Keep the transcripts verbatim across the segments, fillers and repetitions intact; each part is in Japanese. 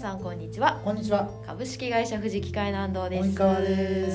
さんこんにちは。 こんにちは。 株式会社富士機械の安藤です。 及川です。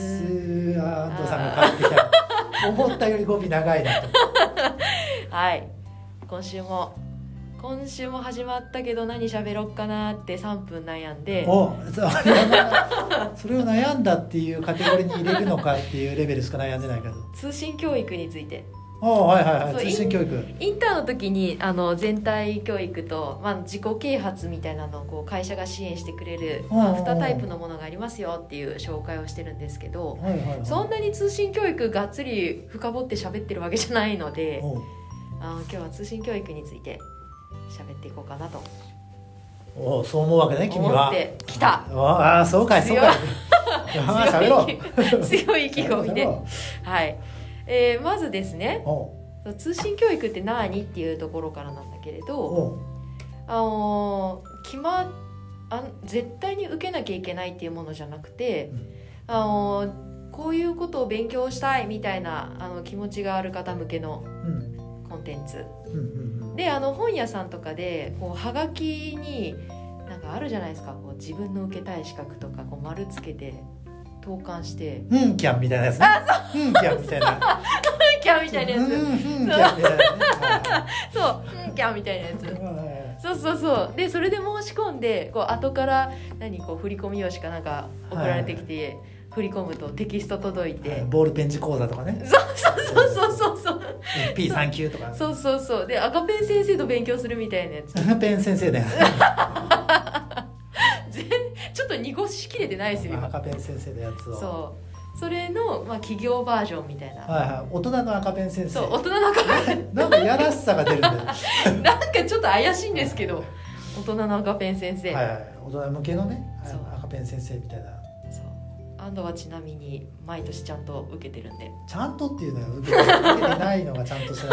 あ、安藤さんが帰ってきた。思ったより語尾長いなと。 はい。今週も今週も始まったけど何喋ろっかなってさんぷん悩んで。 お、それを悩んだっていうカテゴリーに入れるのかっていうレベルしか悩んでないけど。 通信教育について。 お、はいはいはい。通信教育。 インターンの時にあの全体教育と、まあ、自己啓発みたいなのをこう会社が支援してくれる、まあ、にタイプのものがありますよっていう紹介をしてるんですけど、 はいはいはい、 そんなに通信教育がっつり深掘って喋ってるわけじゃないので、あの今日は通信教育について喋っていこうかなと。 お、そう思うわけね、君は。 思ってきた。 ああ、そうかい、そうかい。まあ喋ろう。 強い意気込みで。はい。えー、まずですね、通信教育って何っていうところからなんだけれど、あのー、決まあ絶対に受けなきゃいけないっていうものじゃなくて、うん、あのー、こういうことを勉強したいみたいなあの気持ちがある方向けのコンテンツ、うんうんうん、であの本屋さんとかでこうはがきになんかあるじゃないですか、こう自分の受けたい資格とかこう丸つけて投函してうんキャンみたいなやつね。 あ、そう、 うんキャンみたいなキャンみたいなやつ、 うんうんキャンみたいなやつね。 そううんキャンみたいなやつそうそうそうでそれで申し込んでこう後から何こう振り込み用紙かなんか送られてきて、はい、振り込むとテキスト届いて、はい、 ボールペン字講座とかね。 そうそうそうそうそうエフピーさん 級とか、ね、 そうそうそうで赤ペン先生と勉強するみたいなやつ。 赤ペン先生だよちょっと濁しきれてないですよ今。 赤ペン先生のやつをそうそれの、まあ、企業バージョンみたいな、 はいはい、大人の赤ペン先生。 そう大人の赤ペンなんかやらしさが出るんだよなんかちょっと怪しいんですけど大人の赤ペン先生、 はいはい、大人向けのね赤ペン先生みたいな。 そう安藤はちなみに毎年ちゃんと受けてるんで。 ちゃんとっていうのは受けて、受けてないのがちゃんとし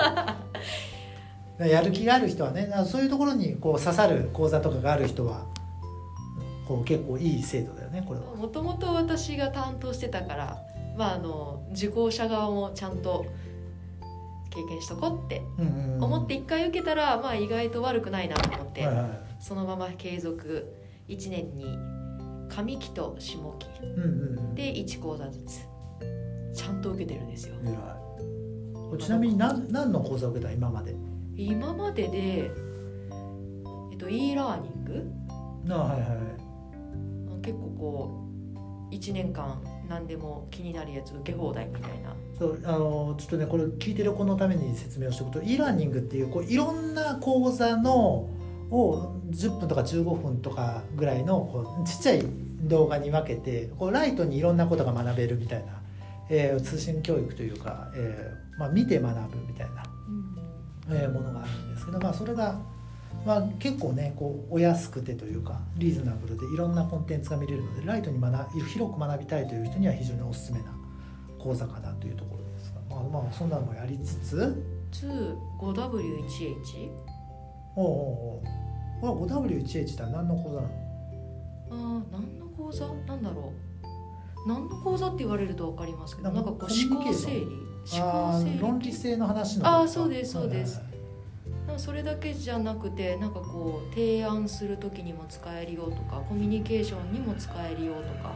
ないやる気がある人はね、そういうところにこう刺さる講座とかがある人はこう結構いい制度だよね。これはもともと私が担当してたから、まあ、あの受講者側もちゃんと経験しとこうって思っていっかい受けたら、まあ、意外と悪くないなと思って、はいはい、そのまま継続いちねんに上期と下期でいち講座ずつちゃんと受けてるんですよ。 ちなみに 何, 何の講座を受けた今まで。 今までで、えっと、e ラーニング、 あ、はいはい、 結構こういちねんかん何でも気になるやつ受け放題みたいな。 そうあのちょっとねこれ聞いてる子のために説明をしておくと e ラーニングっていうこういろんな講座のをじゅっぷんとかじゅうごふんとかぐらいのこうちっちゃい動画に分けてこうライトにいろんなことが学べるみたいな、えー、通信教育というか、えーまあ、見て学ぶみたいな、うんえー、ものがあるんですけど、まあ、それが、まあ、結構ねこうお安くてというかリーズナブルでいろんなコンテンツが見れるのでライトに学広く学びたいという人には非常におすすめな講座かなというところですが、まあまあそんなのもやりつつごダブリューいちエイチおうおうおう ごダブリューいちエイチ って何の講座なの。 あ何の講座なんだろう。何の講座って言われると分かりますけど、なんかこう思考整理思考整理論理性の話の。 あそうですそうです、はいはい、それだけじゃなくてなんかこう提案する時にも使えるよとかコミュニケーションにも使えるよとか、はい、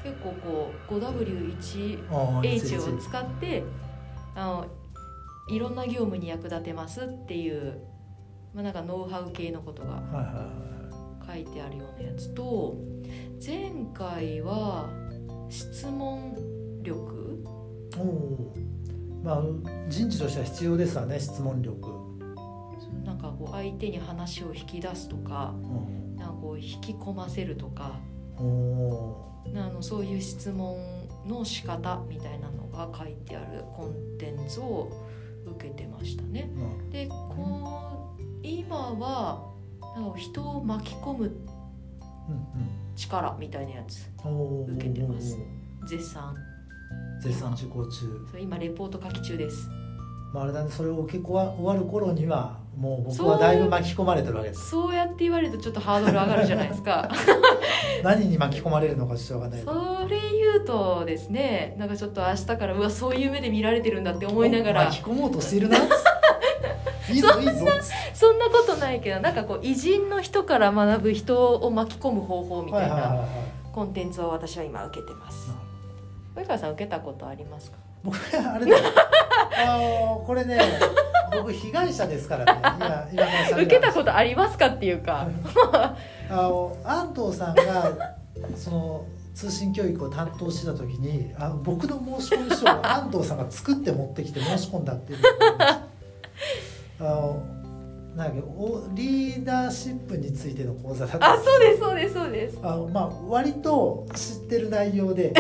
結構こう ごダブリューいちエイチ を使ってあのいろんな業務に役立てますっていう、まあ、なんかノウハウ系のことが書いてあるようなやつと、前回は質問力、 おまあ、人事としては必要ですわね質問力。 なんかこう相手に話を引き出すとか、うん、なんかこう引き込ませるとか、おあのそういう質問の仕方みたいなのが書いてあるコンテンツを受けてましたね、うん、でこう今はなんか人を巻き込む力みたいなやつ受けてます、うんうん、絶賛絶賛受講中。 それ今レポート書き中です。 まあ、あれだね、それを受け終わる頃にはもう僕はだいぶ巻き込まれてるわけです。 そうやって言われるとちょっとハードル上がるじゃないですか何に巻き込まれるのかしょうがない。 それ言うとですね、なんかちょっと明日からうわそういう目で見られてるんだって思いながら巻き込もうとしてるないいぞいいぞそんなことないけど、なんかこう偉人の人から学ぶ人を巻き込む方法みたいなコンテンツを私は今受けてます。及川さん受けたことありますか？ 僕あれだあのこれね僕被害者ですからね。今今の受けたことありますかっていうかあの安藤さんがその通信教育を担当してた時に、あの僕の申し込み書を安藤さんが作って持ってきて申し込んだっていうあのなんかリーダーシップについての講座だった。 あ、そうですそうですそうです。 あの、まあ、割と知ってる内容で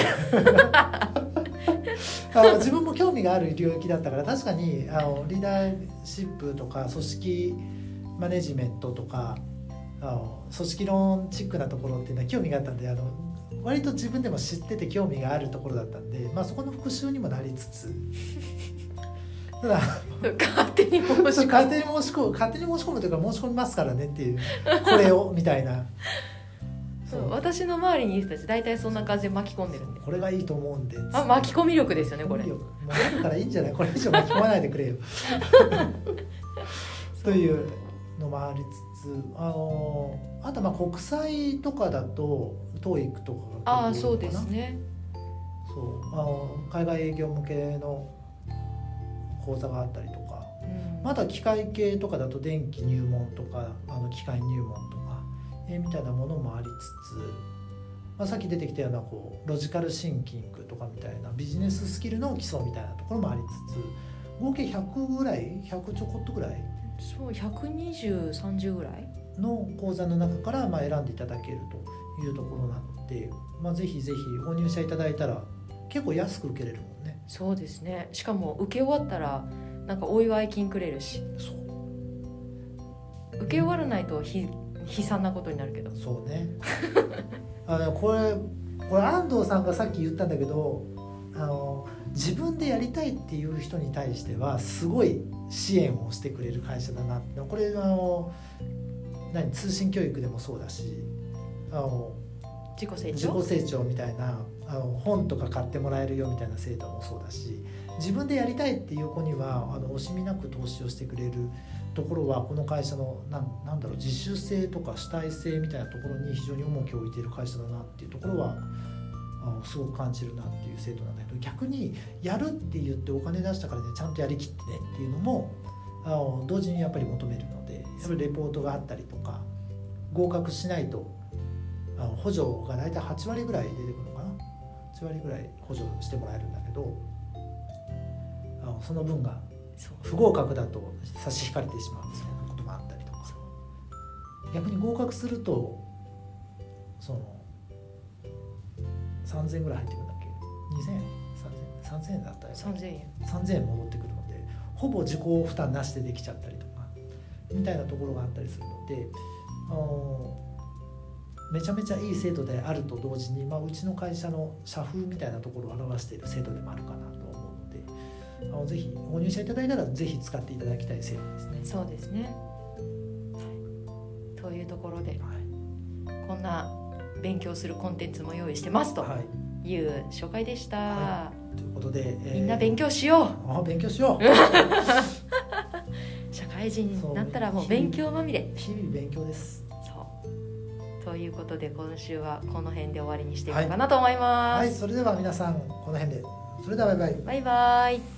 あの自分も興味がある領域だったから、確かにあのリーダーシップとか組織マネジメントとかあの組織論チックなところっていうのは興味があったんで、あの割と自分でも知ってて興味があるところだったんで、まあ、そこの復習にもなりつつただ勝手に申し込む勝手に申し込む勝手に申し込むというか申し込みますからねっていうこれをみたいなそう私の周りにいる人たち大体そんな感じで巻き込んでるんで、 これがいいと思うんで、 あ巻き込み力ですよねこれ。 いいよ、まあ、やるからいいんじゃないこれ以上巻き込まないでくれよというのもありつつ、あのあとまあ国際とかだと トーイック とかが結構多いのかな。あそうですね。 そうあの海外営業向けの講座があったりとか、うん、また機械系とかだと電気入門とかあの機械入門とか、えー、みたいなものもありつつ、まあ、さっき出てきたようなこうロジカルシンキングとかみたいなビジネススキルの基礎みたいなところもありつつ、合計ひゃくぐらいひゃくちょこっとぐらいそうひゃくにじゅう、さんじゅうぐらいの講座の中からまあ選んでいただけるというところなので、まあ、ぜひぜひご入社いただいたら結構安く受けれるもんね。 そうですね。しかも受け終わったらなんかお祝い金くれるし、そう受け終わらないとひ悲惨なことになるけど。 そうねあのこれこれ安藤さんがさっき言ったんだけど、あの自分でやりたいっていう人に対してはすごい支援をしてくれる会社だなって。これあの何通信教育でもそうだし、あの自己成長自己成長みたいなあの本とか買ってもらえるよみたいな制度もそうだし、自分でやりたいっていう子にはあの惜しみなく投資をしてくれるところはこの会社のな ん, なんだろう自主性とか主体性みたいなところに非常に重きを置いている会社だなっていうところはあのすごく感じるなっていう制度なんだけど、逆にやるって言ってお金出したからねちゃんとやりきってねっていうのもあの同時にやっぱり求めるので、やっぱりレポートがあったりとか合格しないとあの補助が大体はち割ぐらい出てくるのかな、はち割ぐらい補助してもらえるんだけど、あのその分が不合格だと差し引かれてしまうみたいなこともあったりとか、逆に合格するとそのさんぜんえんぐらい入ってくるんだっけ、にせんえんさんぜんえんだったよ、 さんぜんえんさんぜんえん戻ってくるのでほぼ自己負担なしでできちゃったりとかみたいなところがあったりするので、あのめちゃめちゃいい制度であると同時に、まあ、うちの会社の社風みたいなところを表している制度でもあるかなと思うので、あのぜひご入社いただいたらぜひ使っていただきたい制度ですね。 そうですね、はい、というところで、はい、こんな勉強するコンテンツも用意してますという紹介でした、はい、 ということで、 えー、みんな勉強しようあ勉強しよう社会人になったらもう勉強まみれ、 日々勉強です。 ということで今週はこの辺で終わりにしていこうかなと思います、 はいはい、それでは皆さんこの辺で、それではバイバイバイバイ。